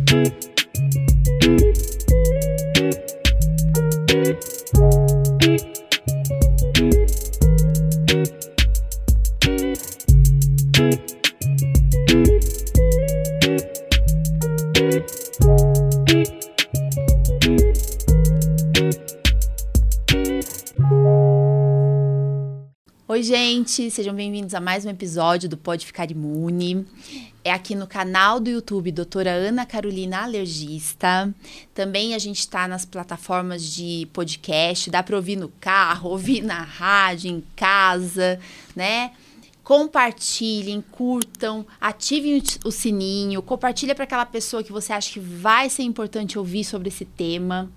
Oi, gente! Sejam bem-vindos a mais um episódio do Pode Ficar Imune. É aqui no canal do YouTube Doutora Ana Carolina Alergista. Também a gente está nas plataformas de podcast, dá para ouvir no carro, ouvir na rádio, em casa, né? Compartilhem, curtam, ativem o sininho, compartilha para aquela pessoa que você acha que vai ser importante ouvir sobre esse tema.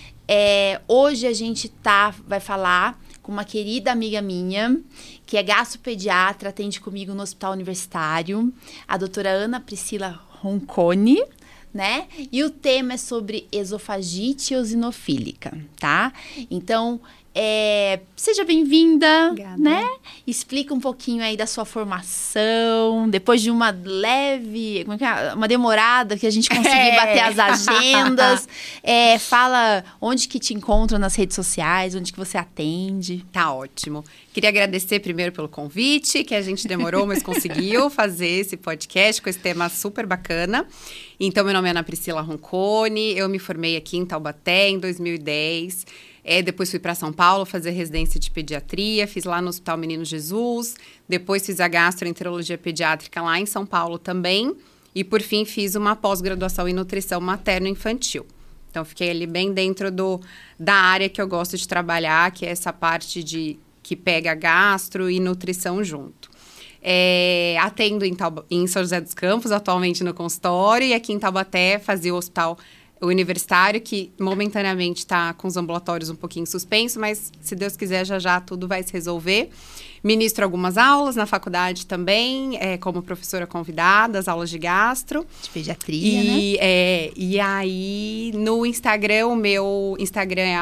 Hoje a gente vai falar com uma querida amiga minha, que é gastropediatra, atende comigo no Hospital Universitário, a doutora Ana Priscila Ronconi, né? E o tema é sobre esofagite eosinofílica, tá? Então, seja bem-vinda, né? Explica um pouquinho aí da sua formação, depois de uma leve, uma demorada que a gente conseguiu bater as agendas. Fala onde que te encontra nas redes sociais, onde que você atende. Tá ótimo. Queria agradecer primeiro pelo convite, que a gente demorou, mas conseguiu fazer esse podcast com esse tema super bacana. Então, meu nome é Ana Priscila Ronconi, eu me formei aqui em Taubaté em 2010. Depois fui para São Paulo fazer residência de pediatria, fiz lá no Hospital Menino Jesus. Depois fiz a gastroenterologia pediátrica lá em São Paulo também. E, por fim, fiz uma pós-graduação em nutrição materno-infantil. Então, fiquei ali bem dentro da área que eu gosto de trabalhar, que é essa parte que pega gastro e nutrição junto. Atendo em São José dos Campos, atualmente no consultório, e aqui em Taubaté fazia o hospital universitário, que momentaneamente está com os ambulatórios um pouquinho suspenso, mas se Deus quiser, já tudo vai se resolver. Ministro algumas aulas na faculdade também, como professora convidada, as aulas de gastro. De pediatria, né? E aí, no Instagram, o meu Instagram é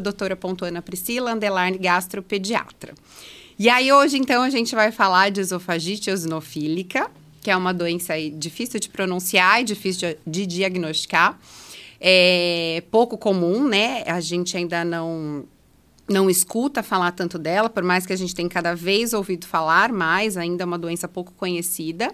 @doutora.anapriscila_gastropediatra. E aí, hoje, então, a gente vai falar de esofagite eosinofílica, que é uma doença aí difícil de pronunciar e difícil de diagnosticar. É pouco comum, né? A gente ainda não escuta falar tanto dela, por mais que a gente tenha cada vez ouvido falar mais, ainda é uma doença pouco conhecida.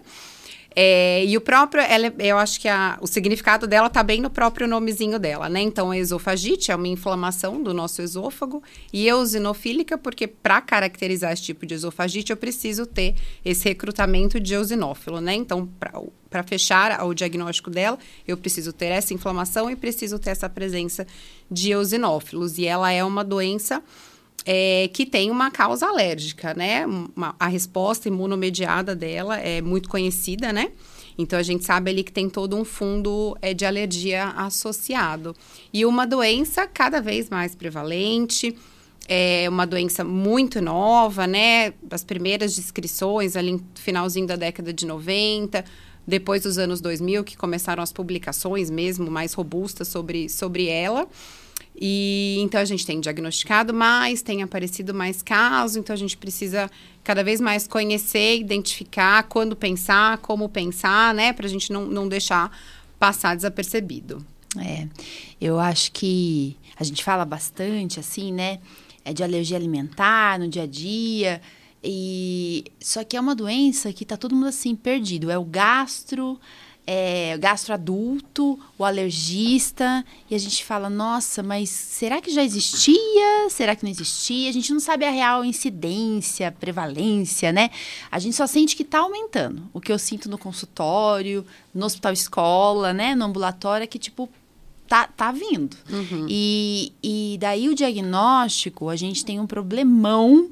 E o próprio, eu acho que o significado dela está bem no próprio nomezinho dela, né? Então, a esofagite é uma inflamação do nosso esôfago e eosinofílica, porque para caracterizar esse tipo de esofagite, eu preciso ter esse recrutamento de eosinófilo, né? Então, para fechar o diagnóstico dela, eu preciso ter essa inflamação e preciso ter essa presença de eosinófilos. E ela é uma doença que tem uma causa alérgica, né? A resposta imunomediada dela é muito conhecida, né? Então, a gente sabe ali que tem todo um fundo de alergia associado. E uma doença cada vez mais prevalente, uma doença muito nova, né? As primeiras descrições ali no finalzinho da década de 90, depois dos anos 2000, que começaram as publicações mesmo mais robustas sobre ela. E então a gente tem diagnosticado mais, tem aparecido mais casos, então a gente precisa cada vez mais conhecer, identificar quando pensar, como pensar, né? Pra gente não deixar passar desapercebido. Eu acho que a gente fala bastante, assim, né? De alergia alimentar no dia a dia. Só que é uma doença que tá todo mundo assim perdido. É o gastro adulto, o alergista, e a gente fala, nossa, mas será que já existia? Será que não existia? A gente não sabe a real incidência, prevalência, né? A gente só sente que tá aumentando. O que eu sinto no consultório, no hospital escola, né? No ambulatório, é que, tipo, tá vindo. Uhum. E daí o diagnóstico, a gente tem um problemão,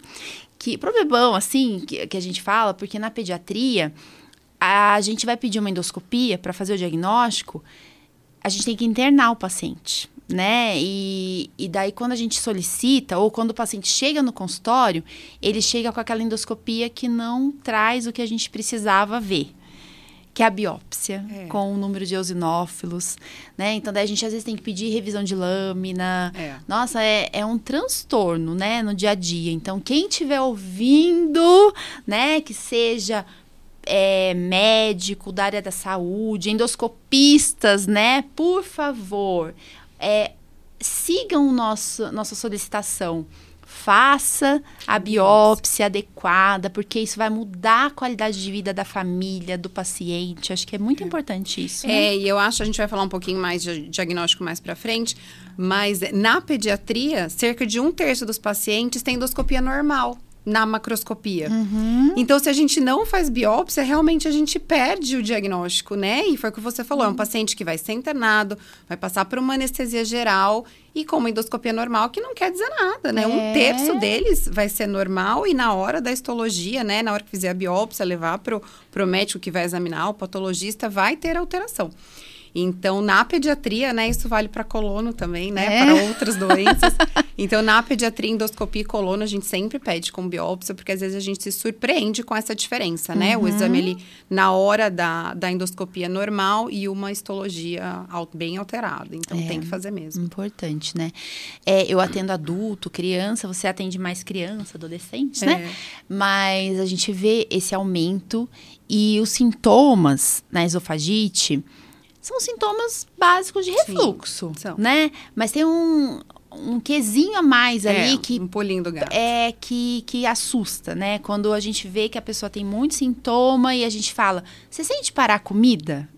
assim, que a gente fala, porque na pediatria a gente vai pedir uma endoscopia para fazer o diagnóstico, a gente tem que internar o paciente, né? E daí, quando a gente solicita, ou quando o paciente chega no consultório, ele chega com aquela endoscopia que não traz o que a gente precisava ver, que é a biópsia, com o número de eosinófilos, né? Então, daí a gente às vezes tem que pedir revisão de lâmina. Nossa, é um transtorno, né? No dia a dia. Então, quem estiver ouvindo, né? Que seja médico da área da saúde, endoscopistas, né? Por favor, sigam nossa solicitação. Faça a biópsia adequada, porque isso vai mudar a qualidade de vida da família, do paciente. Acho que é muito importante isso. Né? E eu acho, a gente vai falar um pouquinho mais de diagnóstico mais pra frente, mas na pediatria, cerca de 1/3 dos pacientes tem endoscopia normal. Na macroscopia. Então, se a gente não faz biópsia, realmente a gente perde o diagnóstico, né? E foi o que você falou, é um paciente que vai ser internado, vai passar por uma anestesia geral e com uma endoscopia normal, que não quer dizer nada, né? 1/3 deles vai ser normal e na hora da histologia, né? Na hora que fizer a biópsia, levar pro médico que vai examinar, o patologista, vai ter alteração. Então, na pediatria, né, isso vale para colono também, né, para outras doenças. Então, na pediatria, endoscopia e colono, a gente sempre pede com biópsia, porque às vezes a gente se surpreende com essa diferença, né? O exame ali, na hora da endoscopia normal e uma histologia bem alterada. Então, tem que fazer mesmo. Importante, né? Eu atendo adulto, criança, você atende mais criança, adolescente, né? Mas a gente vê esse aumento e os sintomas na esofagite são sintomas básicos de refluxo, né? Mas tem um quesinho a mais ali que... um pulinho do gato. Que assusta, né? Quando a gente vê que a pessoa tem muito sintoma e a gente fala, você sente parar a comida?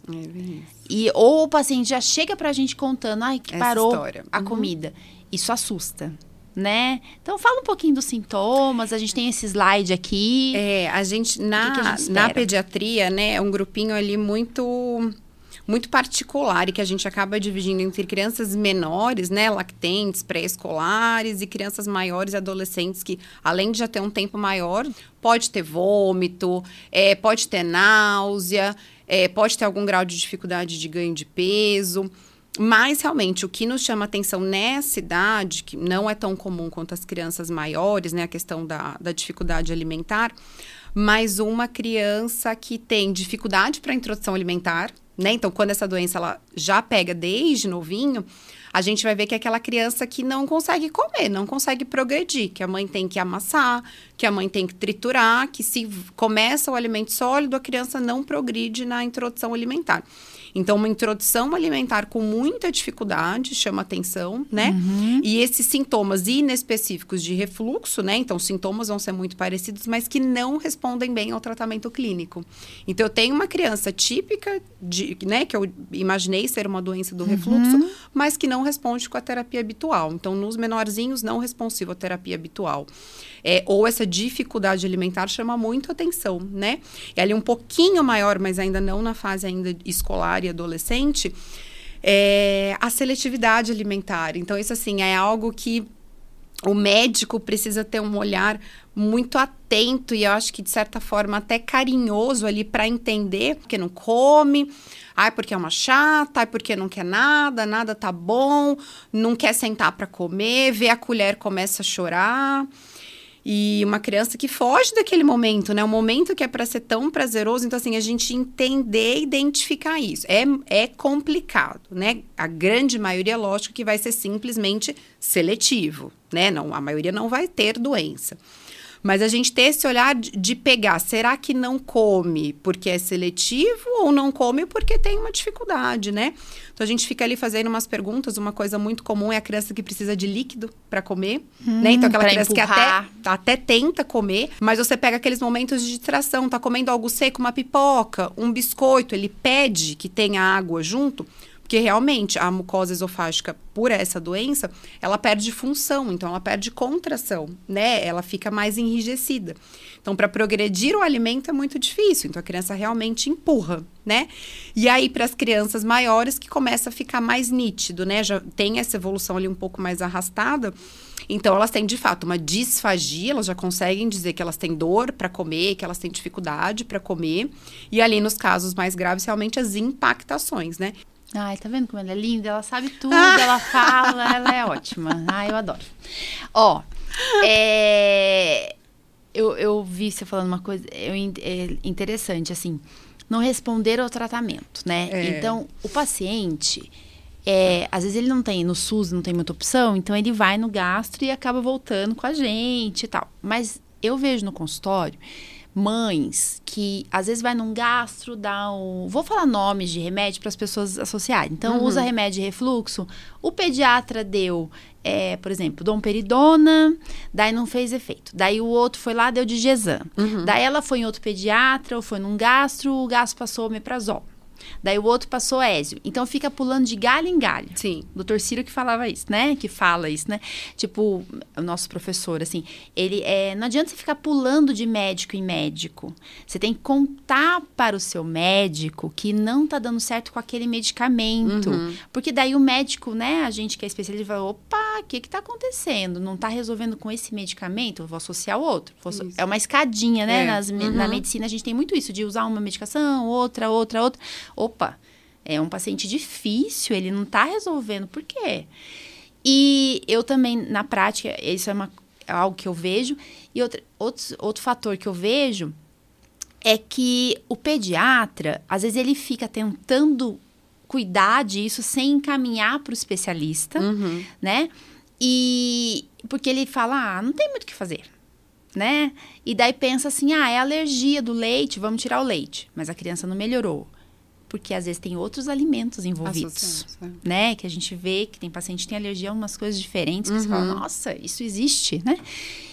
Ou o paciente já chega pra gente contando, que parou a comida. Isso assusta. Né? Então, fala um pouquinho dos sintomas. A gente tem esse slide aqui. A gente, na pediatria, né? É um grupinho ali muito particular e que a gente acaba dividindo entre crianças menores, né, lactentes, pré-escolares e crianças maiores e adolescentes que, além de já ter um tempo maior, pode ter vômito, pode ter náusea, pode ter algum grau de dificuldade de ganho de peso. Mas, realmente, o que nos chama atenção nessa idade, que não é tão comum quanto as crianças maiores, né, a questão da dificuldade alimentar, mas uma criança que tem dificuldade para a introdução alimentar, né? Então, quando essa doença ela já pega desde novinho, a gente vai ver que é aquela criança que não consegue comer, não consegue progredir, que a mãe tem que amassar, que a mãe tem que triturar, que se começa o alimento sólido, a criança não progride na introdução alimentar. Então, uma introdução alimentar com muita dificuldade chama atenção, né? E esses sintomas inespecíficos de refluxo, né? Então, os sintomas vão ser muito parecidos, mas que não respondem bem ao tratamento clínico. Então, eu tenho uma criança típica, né? Que eu imaginei ser uma doença do refluxo, mas que não responde com a terapia habitual. Então, nos menorzinhos, não responsivo à terapia habitual. Ou essa dificuldade alimentar chama muito atenção, né? E ali um pouquinho maior, mas ainda não na fase ainda escolar e adolescente, a seletividade alimentar. Então, isso assim, é algo que o médico precisa ter um olhar muito atento e eu acho que, de certa forma, até carinhoso ali para entender porque não come, porque é uma chata, porque não quer nada, nada tá bom, não quer sentar para comer, vê a colher, começa a chorar. E uma criança que foge daquele momento, né? Um momento que é para ser tão prazeroso. Então, assim, a gente entender e identificar isso. É complicado, né? A grande maioria, lógico, que vai ser simplesmente seletivo, né? Não, a maioria não vai ter doença. Mas a gente ter esse olhar de pegar, será que não come porque é seletivo ou não come porque tem uma dificuldade, né? Então, a gente fica ali fazendo umas perguntas. Uma coisa muito comum é a criança que precisa de líquido para comer, né? Então, aquela criança empurrar. Que até tenta comer, mas você pega aqueles momentos de distração, tá comendo algo seco, uma pipoca, um biscoito, ele pede que tenha água junto, porque realmente a mucosa esofágica, por essa doença, ela perde função, então ela perde contração, né? Ela fica mais enrijecida. Então, para progredir o alimento é muito difícil, então a criança realmente empurra, né? E aí, para as crianças maiores, que começa a ficar mais nítido, né? Já tem essa evolução ali um pouco mais arrastada. Então, elas têm, de fato, uma disfagia, elas já conseguem dizer que elas têm dor para comer, que elas têm dificuldade para comer. E ali, nos casos mais graves, realmente as impactações, né? Ai, tá vendo como ela é linda? Ela sabe tudo, ela fala, ela é ótima. Eu adoro. Eu vi você falando uma coisa interessante, assim, não responder ao tratamento, né? Então, o paciente, às vezes ele não tem, no SUS não tem muita opção, então ele vai no gastro e acaba voltando com a gente e tal. Mas eu vejo no consultório mães que às vezes vai num gastro, vou falar nomes de remédio para as pessoas associarem. Então, usa remédio de refluxo. O pediatra deu, por exemplo, domperidona, daí não fez efeito. Daí o outro foi lá, deu Digesan. Daí ela foi em outro pediatra, ou foi num gastro, o gastro passou omeprazol. Daí o outro passou Ézio. Então, fica pulando de galho em galho. Sim. Doutor Ciro que falava isso, né? Que fala isso, né? Tipo, o nosso professor, assim, ele não adianta você ficar pulando de médico em médico. Você tem que contar para o seu médico que não tá dando certo com aquele medicamento. Porque daí o médico, né? A gente que é especialista, fala, opa, o que tá acontecendo? Não tá resolvendo com esse medicamento? Eu vou associar o outro. É uma escadinha, né? Na medicina, a gente tem muito isso, de usar uma medicação, outra. Opa, é um paciente difícil, ele não está resolvendo. Por quê? E eu também, na prática, isso é algo que eu vejo. E outro fator que eu vejo é que o pediatra, às vezes, ele fica tentando cuidar disso sem encaminhar para o especialista, né? E porque ele fala, não tem muito o que fazer, né? E daí pensa assim, é alergia do leite, vamos tirar o leite. Mas a criança não melhorou. Porque às vezes tem outros alimentos envolvidos, né? Que a gente vê que tem paciente que tem alergia a umas coisas diferentes, que você fala, nossa, isso existe, né?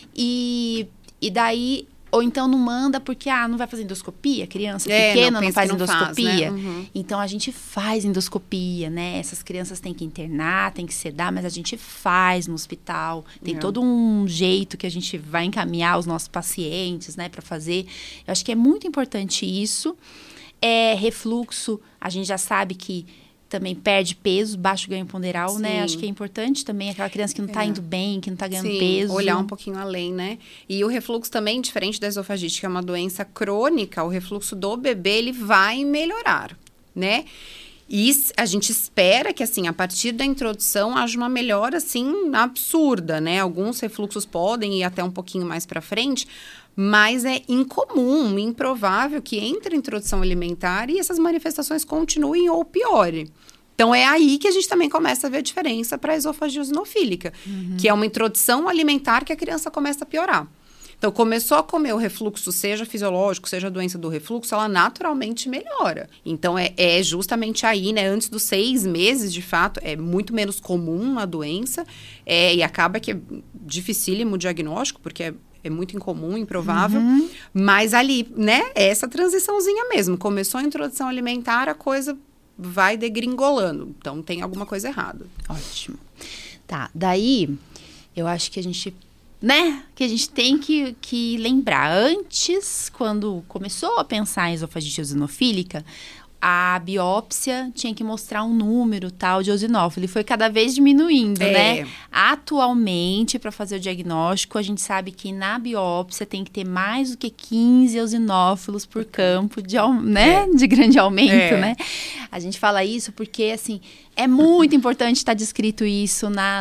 E daí, ou então não manda porque, não vai fazer endoscopia, criança pequena não faz endoscopia. Faz, né? Então, a gente faz endoscopia, né? Essas crianças têm que internar, têm que sedar, mas a gente faz no hospital. Tem todo um jeito que a gente vai encaminhar os nossos pacientes, né? Para fazer. Eu acho que é muito importante isso. Refluxo, a gente já sabe que também perde peso, baixo ganho ponderal, né? Acho que é importante também aquela criança que não tá indo bem, que não tá ganhando peso. Olhar um pouquinho além, né? E o refluxo também, diferente da esofagite, que é uma doença crônica, o refluxo do bebê, ele vai melhorar, né? E a gente espera que, assim, a partir da introdução, haja uma melhora, assim, absurda, né? Alguns refluxos podem ir até um pouquinho mais para frente, mas é incomum, improvável que entre a introdução alimentar e essas manifestações continuem ou piorem. Então, é aí que a gente também começa a ver a diferença para a esofagia eosinofílica, que é uma introdução alimentar que a criança começa a piorar. Então, começou a comer o refluxo, seja fisiológico, seja a doença do refluxo, ela naturalmente melhora. Então, é justamente aí, né, antes dos 6 meses, de fato, é muito menos comum a doença, e acaba que é dificílimo o diagnóstico, porque é muito incomum, improvável, mas ali, né, é essa transiçãozinha mesmo. Começou a introdução alimentar, a coisa vai degringolando. Então, tem alguma coisa errada. Ótimo. Tá, daí, eu acho que a gente... né? Que a gente tem que lembrar. Antes, quando começou a pensar em esofagite eosinofílica, a biópsia tinha que mostrar um número tal de eosinófilo. E foi cada vez diminuindo, né? Atualmente, para fazer o diagnóstico, a gente sabe que na biópsia tem que ter mais do que 15 eosinófilos por campo de grande aumento, né? A gente fala isso porque, assim, é muito importante estar descrito isso na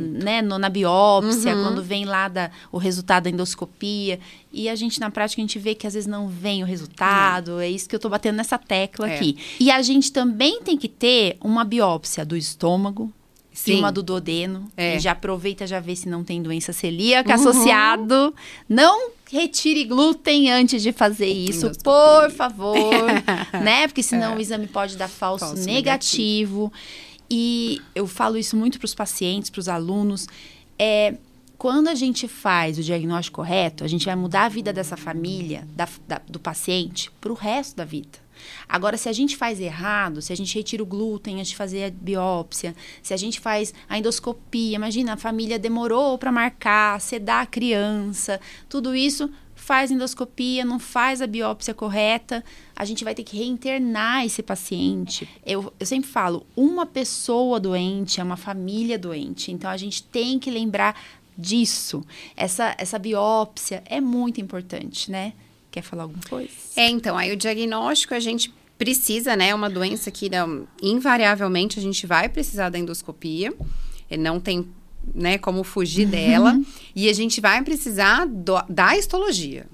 biópsia, quando vem lá o resultado da endoscopia. E a gente, na prática, a gente vê que às vezes não vem o resultado. É isso que eu tô batendo nessa tecla aqui. E a gente também tem que ter uma biópsia do estômago e uma do duodeno. E já aproveita, já vê se não tem doença celíaca associado. Não retire glúten antes de fazer isso, por favor. Né? Porque senão o exame pode dar falso negativo. E eu falo isso muito para os pacientes, para os alunos. Quando a gente faz o diagnóstico correto, a gente vai mudar a vida dessa família, do paciente, para o resto da vida. Agora, se a gente faz errado, se a gente retira o glúten antes de fazer a biópsia, se a gente faz a endoscopia, imagina, a família demorou para marcar, sedar a criança, tudo isso, faz endoscopia, não faz a biópsia correta, a gente vai ter que reinternar esse paciente. Eu sempre falo, uma pessoa doente é uma família doente, então a gente tem que lembrar disso. Essa biópsia é muito importante, né? Quer falar alguma coisa? Então, aí o diagnóstico a gente precisa, né? É uma doença que invariavelmente a gente vai precisar da endoscopia. Não tem, né, como fugir dela. E a gente vai precisar da histologia.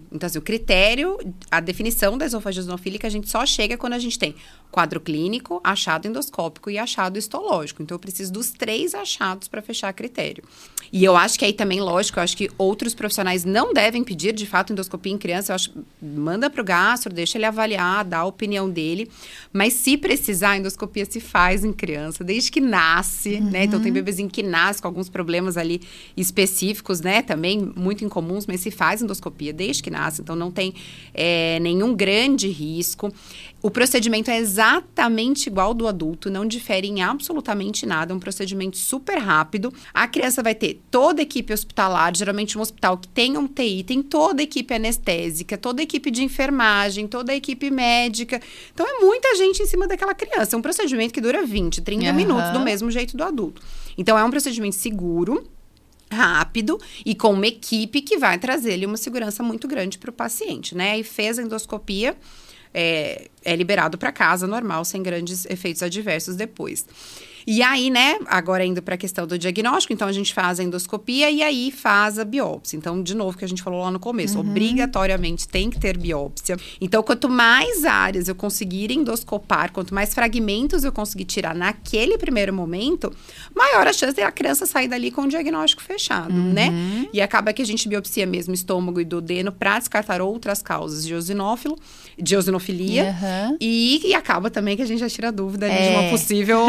Então, assim, o critério, a definição da esofagite eosinofílica, a gente só chega quando a gente tem quadro clínico, achado endoscópico e achado histológico. Então, eu preciso dos 3 achados para fechar critério. E eu acho que aí também, lógico, eu acho que outros profissionais não devem pedir, de fato, endoscopia em criança. Eu acho, manda para o gastro, deixa ele avaliar, dá a opinião dele. Mas se precisar, a endoscopia se faz em criança, desde que nasce, né? Então, tem bebezinho que nasce com alguns problemas ali específicos, né? Também muito incomuns, mas se faz endoscopia desde que nasce. Então, não tem nenhum grande risco. O procedimento é exatamente igual ao do adulto, não difere em absolutamente nada, é um procedimento super rápido. A criança vai ter toda a equipe hospitalar, geralmente um hospital que tem um TI, tem toda a equipe anestésica, toda a equipe de enfermagem, toda a equipe médica. Então, é muita gente em cima daquela criança. É um procedimento que dura 20, 30 minutos, do mesmo jeito do adulto. Então, é um procedimento seguro, rápido e com uma equipe que vai trazer ali uma segurança muito grande para o paciente, né? Aí fez a endoscopia, é liberado para casa, normal, sem grandes efeitos adversos depois. E aí, né, agora indo para a questão do diagnóstico, então a gente faz a endoscopia e aí faz a biópsia. Então, de novo, que a gente falou lá no começo, obrigatoriamente tem que ter biópsia. Então, quanto mais áreas eu conseguir endoscopar, quanto mais fragmentos eu conseguir tirar naquele primeiro momento, maior a chance de a criança sair dali com o diagnóstico fechado, né? E acaba que a gente biopsia mesmo estômago e duodeno para descartar outras causas de eosinofilia. E acaba também que a gente já tira a dúvida ali de uma possível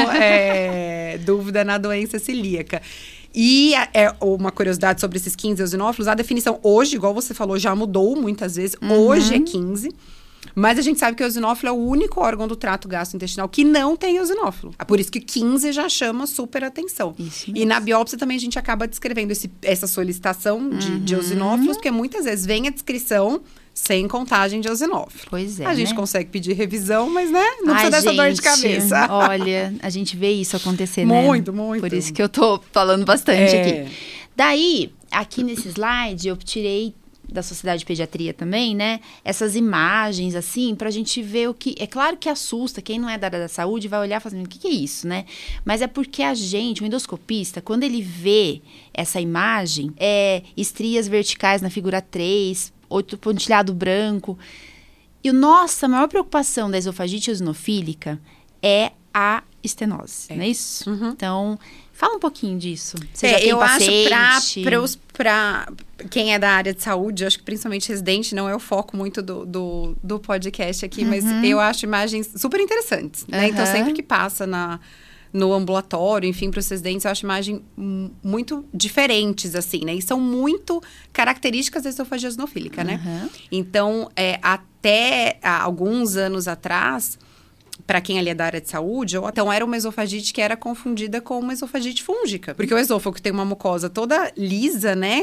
dúvida na doença celíaca. E uma curiosidade sobre esses 15 eosinófilos, a definição hoje, igual você falou, já mudou muitas vezes. Hoje é 15. Mas a gente sabe que o eosinófilo é o único órgão do trato gastrointestinal que não tem eosinófilo. Por isso que 15 já chama super atenção. E na biópsia também a gente acaba descrevendo essa solicitação de eosinófilos, porque muitas vezes vem a descrição sem contagem de eosinófilo. Pois é, a gente consegue pedir revisão, mas, né, não precisa dessa dor de cabeça. Olha, a gente vê isso acontecer, muito, né? Muito. Por isso que eu tô falando bastante aqui. Daí, aqui nesse slide, eu tirei da Sociedade de Pediatria também, né? Essas imagens, assim, pra gente ver o que... É claro que assusta, quem não é da área da saúde vai olhar fazendo, o que é isso, né? Mas é porque a gente, o endoscopista, quando ele vê essa imagem, estrias verticais na figura 3, outro pontilhado branco. E a maior preocupação da esofagite eosinofílica é a estenose, não é isso? Então, fala um pouquinho disso. Você já tem paciente? Acho para quem é da área de saúde, acho que principalmente residente, não é o foco muito do podcast aqui, mas eu acho imagens super interessantes, né? Então, sempre que passa no ambulatório, enfim, para os residentes, eu acho imagem muito diferentes, assim, né? E são muito características da esofagite eosinofílica, né? Então, até alguns anos atrás, para quem ali é da área de saúde, então era uma esofagite que era confundida com uma esofagite fúngica. Porque o esôfago tem uma mucosa toda lisa, né?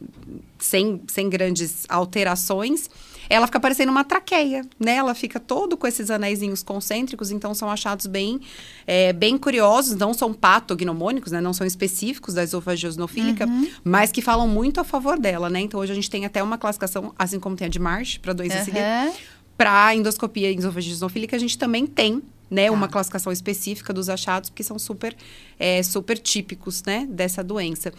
Sem grandes alterações. Ela fica parecendo uma traqueia, né? Ela fica todo com esses anéisinhos concêntricos, então são achados bem curiosos, não são patognomônicos, né? Não são específicos da esofagite eosinofílica, mas que falam muito a favor dela, né? Então, hoje a gente tem até uma classificação, assim como tem a de Marsh, para doença celíaca. Para endoscopia esofagite eosinofílica, a gente também tem, né, uma classificação específica dos achados, porque são super típicos, né, dessa doença.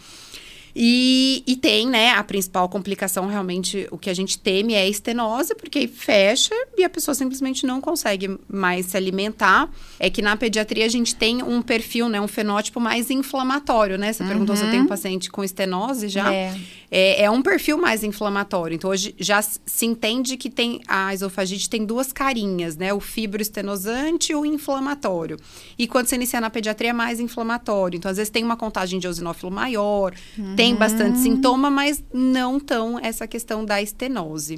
E tem, né, a principal complicação, realmente, o que a gente teme é a estenose, porque aí fecha e a pessoa simplesmente não consegue mais se alimentar. É que na pediatria a gente tem um perfil, né, um fenótipo mais inflamatório, né? Você perguntou se eu tenho um paciente com estenose já. É um perfil mais inflamatório. Então, hoje já se entende que a esofagite tem 2 carinhas, né? O fibroestenosante e o inflamatório. E quando você inicia na pediatria, é mais inflamatório. Então, às vezes tem uma contagem de eosinófilo maior, tem bastante sintoma, mas não tão essa questão da estenose.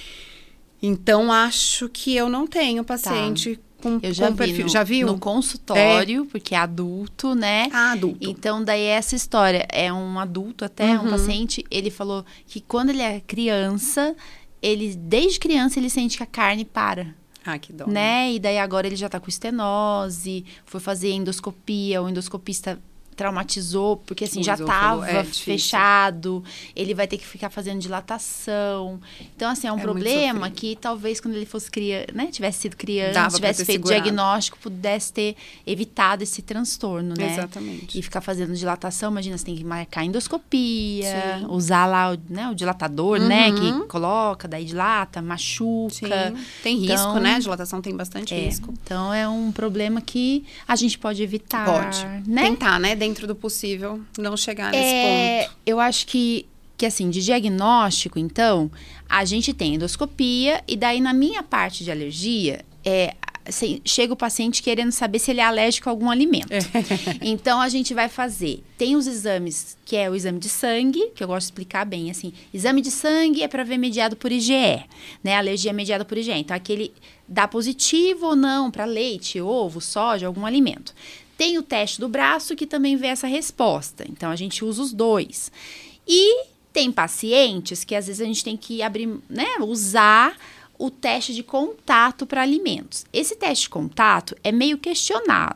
Então, acho que eu não tenho paciente com perfil. Já viu? No consultório, porque é adulto, né? Adulto. Então, daí essa história. É um adulto até, um paciente, ele falou que quando ele é criança, desde criança, ele sente que a carne para. Que dó. Né? E daí agora ele já tá com estenose, foi fazer endoscopia, o endoscopista traumatizou, porque assim, O já esôfago estava difícil. fechado, ele vai ter que ficar fazendo dilatação. Então, assim, é um muito problema sofrido. que talvez quando ele fosse criança, né, tivesse sido criança, Dava pra tivesse ter feito segurado. diagnóstico, pudesse ter evitado esse transtorno, né? Exatamente. E ficar fazendo dilatação, imagina, você tem que marcar endoscopia, Sim. usar lá o dilatador, né, que coloca, daí dilata, machuca. Sim. Tem risco, Então, né? A dilatação tem bastante risco. Então, é um problema que a gente pode evitar, Pode. né? Tentar, né? Dentro do possível, não chegar nesse ponto. Eu acho que assim, de diagnóstico, então, a gente tem endoscopia e daí na minha parte de alergia, assim, chega o paciente querendo saber se ele é alérgico a algum alimento. Então, a gente vai fazer, tem os exames, que é o exame de sangue, que eu gosto de explicar bem, assim, exame de sangue é para ver mediado por IgE, né, alergia mediada por IgE. Então, aquele dá positivo ou não para leite, ovo, soja, algum alimento. Tem o teste do braço que também vê essa resposta. Então, a gente usa os dois. E tem pacientes que, às vezes, a gente tem que abrir, né, usar o teste de contato para alimentos. Esse teste de contato é meio questionado.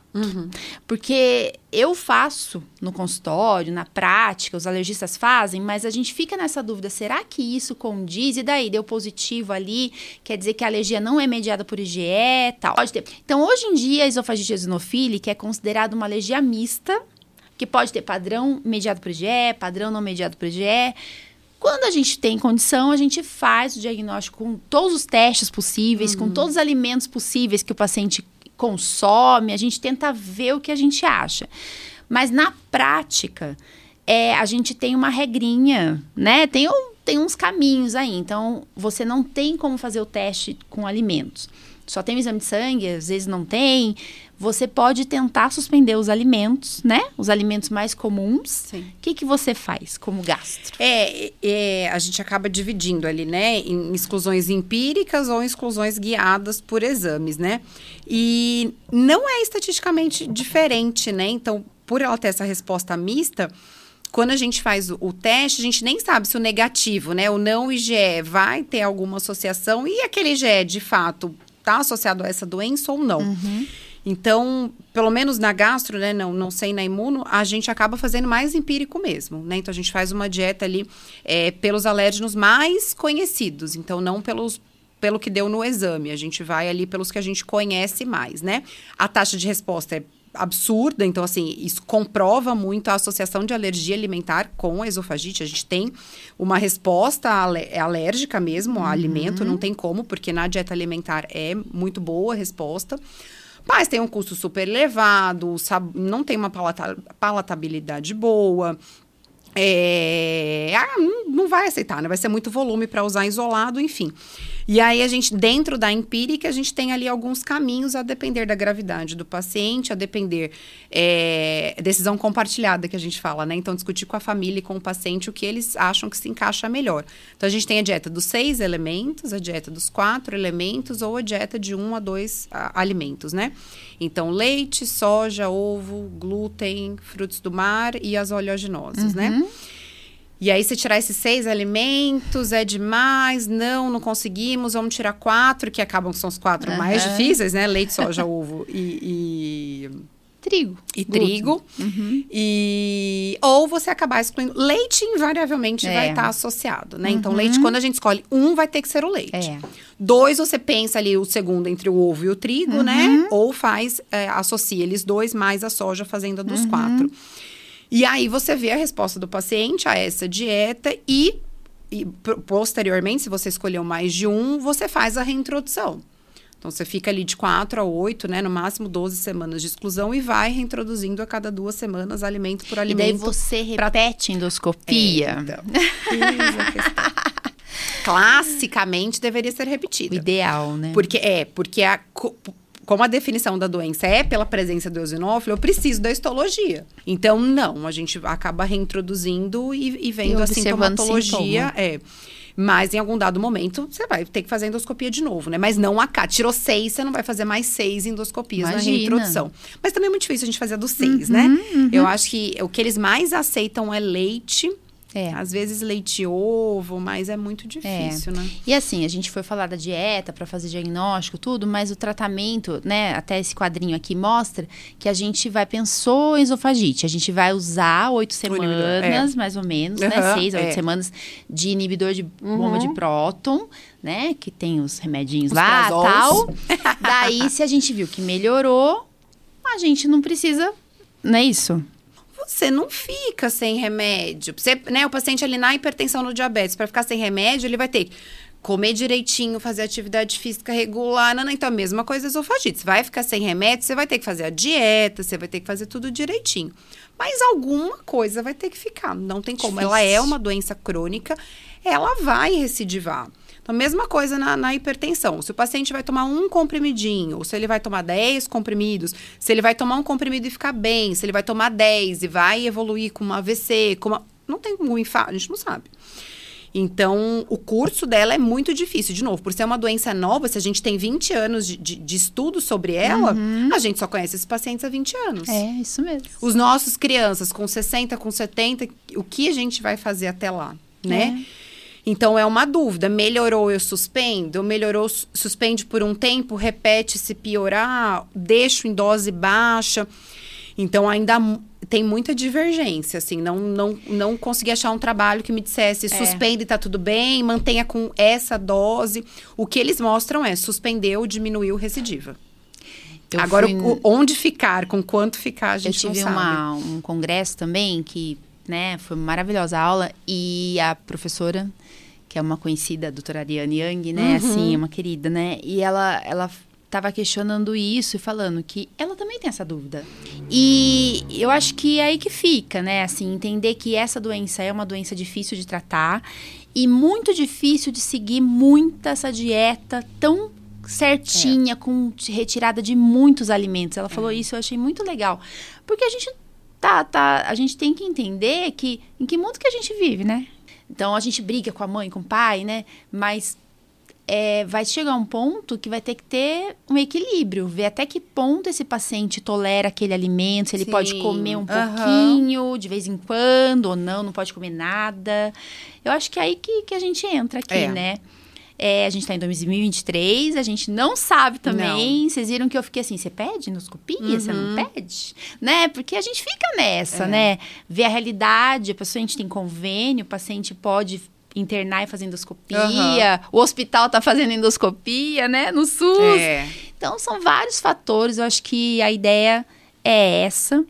Porque eu faço no consultório, na prática, os alergistas fazem, mas a gente fica nessa dúvida, será que isso condiz? E daí, deu positivo ali, quer dizer que a alergia não é mediada por IgE e tal. Pode ter. Então, hoje em dia, a esofagite eosinofílica é considerada uma alergia mista, que pode ter padrão mediado por IgE, padrão não mediado por IgE. Quando a gente tem condição, a gente faz o diagnóstico com todos os testes possíveis, com todos os alimentos possíveis que o paciente consome, a gente tenta ver o que a gente acha. Mas na prática, a gente tem uma regrinha, né? Tem uns caminhos aí. Então, você não tem como fazer o teste com alimentos. Só tem o exame de sangue, às vezes não tem. Você pode tentar suspender os alimentos, né? Os alimentos mais comuns. Sim. O que você faz como gastro? A gente acaba dividindo ali, né? Em exclusões empíricas ou exclusões guiadas por exames, né? E não é estatisticamente diferente, né? Então, por ela ter essa resposta mista, quando a gente faz o teste, a gente nem sabe se o negativo, né? O não IgE vai ter alguma associação e aquele IgE, de fato, está associado a essa doença ou não. Então, pelo menos na gastro, né, não sei na imuno, a gente acaba fazendo mais empírico mesmo, né? Então, a gente faz uma dieta ali pelos alérgenos mais conhecidos, então não pelo que deu no exame. A gente vai ali pelos que a gente conhece mais, né? A taxa de resposta é absurda, então assim, isso comprova muito a associação de alergia alimentar com a esofagite. A gente tem uma resposta alérgica mesmo ao alimento, não tem como, porque na dieta alimentar é muito boa a resposta. Mas tem um custo super elevado, não tem uma palatabilidade boa. Não vai aceitar, né? Vai ser muito volume para usar isolado, enfim. E aí, dentro da empírica, a gente tem ali alguns caminhos a depender da gravidade do paciente, a depender decisão compartilhada que a gente fala, né? Então, discutir com a família e com o paciente o que eles acham que se encaixa melhor. Então, a gente tem a dieta dos 6 elementos, a dieta dos 4 elementos ou a dieta de 1 a 2 alimentos, né? Então, leite, soja, ovo, glúten, frutos do mar e as oleaginosas, né? E aí, se tirar esses 6 alimentos, é demais, não conseguimos, vamos tirar 4, que são os 4 mais difíceis, né? Leite, soja, ovo e trigo. E trigo. Ou você acabar excluindo. Leite, invariavelmente, vai estar associado, né? Então, leite, quando a gente escolhe vai ter que ser o leite. 2, você pensa ali o segundo entre o ovo e o trigo, né? Ou associa eles 2 mais a soja, fazendo a dos 4. E aí, você vê a resposta do paciente a essa dieta e posteriormente, se você escolheu mais de você faz a reintrodução. Então, você fica ali de 4 a 8, né? No máximo 12 semanas de exclusão e vai reintroduzindo a cada 2 semanas, alimento por alimento. E daí você repete endoscopia? Então, eis a questão. Classicamente, deveria ser repetida. O ideal, né? Porque como a definição da doença é pela presença do eosinófilo, eu preciso da histologia. Então, não, a gente acaba reintroduzindo e vendo a sintomatologia. Mas em algum dado momento, você vai ter que fazer endoscopia de novo, né? Mas não tirou 6, você não vai fazer mais 6 endoscopias na reintrodução. Mas também é muito difícil a gente fazer a dos 6, né? Eu acho que o que eles mais aceitam é leite, Às vezes leite e ovo, mas é muito difícil, né? E assim, a gente foi falar da dieta para fazer diagnóstico, tudo, mas o tratamento, né? Até esse quadrinho aqui mostra que a gente pensou em esofagite. A gente vai usar 8 semanas, mais ou menos, né? 6 a 8 semanas de inibidor de bomba de próton, né? Que tem os remedinhos lá e tal. Daí, se a gente viu que melhorou, a gente não precisa, não é isso? Você não fica sem remédio. Você, né, o paciente ali na hipertensão, no diabetes, para ficar sem remédio, ele vai ter que comer direitinho, fazer atividade física regular. Então, a mesma coisa esofagite. Você vai ficar sem remédio, você vai ter que fazer a dieta, você vai ter que fazer tudo direitinho. Mas alguma coisa vai ter que ficar. Não tem como. Ela é uma doença crônica, ela vai recidivar. Então, a mesma coisa na hipertensão. Se o paciente vai tomar um comprimidinho, ou se ele vai tomar 10 comprimidos, se ele vai tomar um comprimido e ficar bem, se ele vai tomar 10 e vai evoluir com uma AVC, não tem um infarto, a gente não sabe. Então, o curso dela é muito difícil. De novo, por ser uma doença nova, se a gente tem 20 anos de estudo sobre ela, a gente só conhece esses pacientes há 20 anos. É, isso mesmo. Os nossos crianças com 60, com 70, o que a gente vai fazer até lá, né? Então, é uma dúvida. Melhorou, eu suspendo? Melhorou, suspende por um tempo, repete se piorar, deixo em dose baixa. Então, ainda tem muita divergência, assim. Não consegui achar um trabalho que me dissesse suspende e tá tudo bem, mantenha com essa dose. O que eles mostram é diminuiu, recidiva. Agora, onde ficar, com quanto ficar, a gente não sabe. Eu tive um congresso também que, né, foi uma maravilhosa aula. E a professora, que é uma conhecida, a doutora Ariane Yang, né, assim, uma querida, né, e ela estava questionando isso e falando que ela também tem essa dúvida. E eu acho que é aí que fica, né, assim, entender que essa doença é uma doença difícil de tratar e muito difícil de seguir essa dieta tão certinha, com retirada de muitos alimentos. Ela falou isso, eu achei muito legal. Porque a gente a gente tem que entender que em que mundo que a gente vive, né? Então, a gente briga com a mãe, com o pai, né? Mas vai chegar um ponto que vai ter que ter um equilíbrio. Ver até que ponto esse paciente tolera aquele alimento. Se ele pode comer um pouquinho, de vez em quando, ou não pode comer nada. Eu acho que é aí que a gente entra aqui, né? A gente tá em 2023, a gente não sabe também. Vocês viram que eu fiquei assim, você pede endoscopia? Você não pede? Né? Porque a gente fica nessa, né? Ver a realidade, a gente tem convênio, o paciente pode internar e fazer endoscopia, o hospital tá fazendo endoscopia, né? No SUS. Então, são vários fatores, eu acho que a ideia é essa.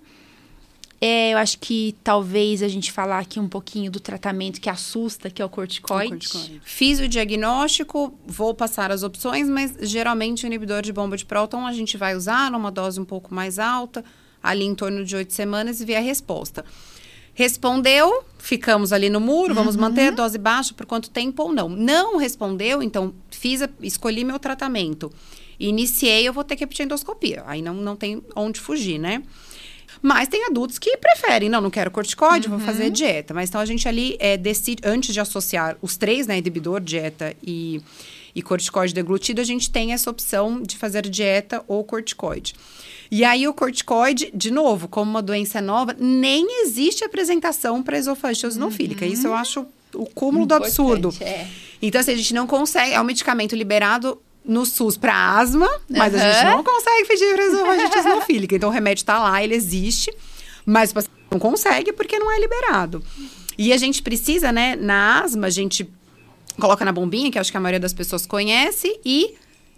Eu acho que talvez a gente falar aqui um pouquinho do tratamento que assusta, que é o corticoide. Fiz o diagnóstico, vou passar as opções, mas geralmente o inibidor de bomba de próton a gente vai usar numa dose um pouco mais alta, ali em torno de 8 semanas e ver a resposta. Respondeu, ficamos ali no muro, vamos manter a dose baixa por quanto tempo ou não. Não respondeu, então escolhi meu tratamento. Iniciei, eu vou ter que repetir a endoscopia. Aí não tem onde fugir, né? Mas tem adultos que preferem, não quero corticoide, vou fazer dieta. Mas então a gente ali decide, antes de associar os três, né, inibidor, dieta e corticoide deglutido, a gente tem essa opção de fazer dieta ou corticoide. E aí o corticoide, de novo, como uma doença nova, nem existe apresentação para esofagite eosinofílica. Isso eu acho o cúmulo do absurdo. Então, assim, a gente não consegue, é um medicamento liberado no SUS para asma, mas a gente não consegue pedir para esofagite eosinofílica. Então, o remédio está lá, ele existe, mas o paciente não consegue porque não é liberado. E a gente precisa, né, na asma, a gente coloca na bombinha, que acho que a maioria das pessoas conhece, e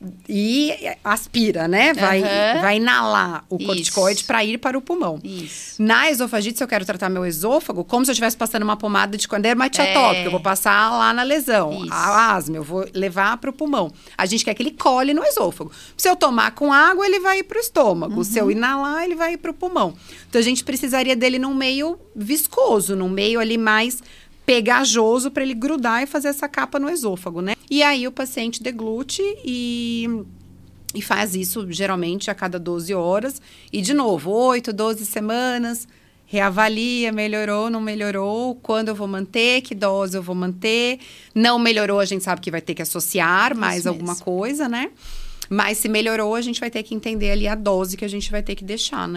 aspira, né? Vai inalar o corticoide para ir para o pulmão. Na esofagite, se eu quero tratar meu esôfago, como se eu estivesse passando uma pomada de dermatite atópica, eu vou passar lá na lesão. A asma, eu vou levar para o pulmão. A gente quer que ele cole no esôfago. Se eu tomar com água, ele vai ir para o estômago. Se eu inalar, ele vai ir para o pulmão. Então, a gente precisaria dele num meio viscoso, num meio ali mais pegajoso para ele grudar e fazer essa capa no esôfago, né? E aí o paciente deglute e faz isso geralmente a cada 12 horas. E de novo, 8, 12 semanas, reavalia, melhorou, não melhorou, quando eu vou manter, que dose eu vou manter. Não melhorou, a gente sabe que vai ter que associar mais alguma coisa, né? Mas se melhorou, a gente vai ter que entender ali a dose que a gente vai ter que deixar, né?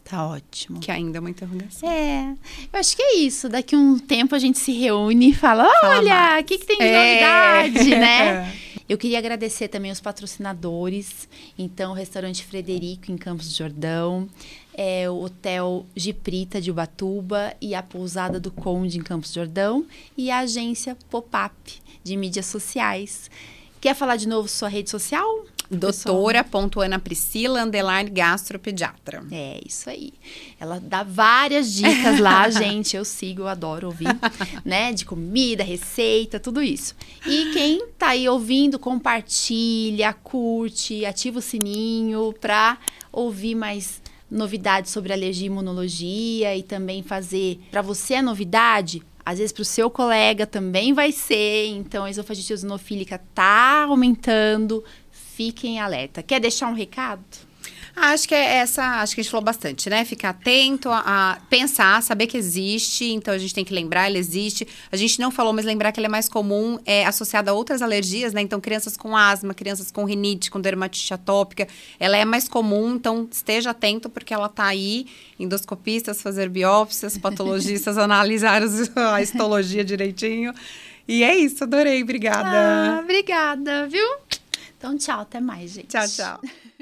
Tá ótimo. Que ainda é uma interrogação. Eu acho que é isso. Daqui um tempo a gente se reúne e fala, olha, o que tem de novidade, né? Eu queria agradecer também os patrocinadores. Então, o Restaurante Frederico, em Campos do Jordão, o Hotel Giprita, de Ubatuba, e a Pousada do Conde, em Campos do Jordão, e a agência Pop-Up, de mídias sociais. Quer falar de novo sua rede social? Doutora.anapriscila _gastropediatra. É, isso aí. Ela dá várias dicas lá, gente. Eu sigo, eu adoro ouvir, né? De comida, receita, tudo isso. E quem tá aí ouvindo, compartilha, curte, ativa o sininho pra ouvir mais novidades sobre alergia e imunologia e também fazer para você a novidade. Às vezes, para o seu colega também vai ser. Então, a esofagite eosinofílica tá aumentando. Fiquem alerta. Quer deixar um recado? Acho que acho que a gente falou bastante, né? Ficar atento a pensar, saber que existe. Então, a gente tem que lembrar, ela existe. A gente não falou, mas lembrar que ela é mais comum, associada a outras alergias, né? Então, crianças com asma, crianças com rinite, com dermatite atópica, ela é mais comum. Então, esteja atento, porque ela tá aí. Endoscopistas fazer biópsias, patologistas analisar a histologia direitinho. E é isso, adorei. Obrigada. Obrigada, viu? Então, tchau, até mais, gente. Tchau, tchau.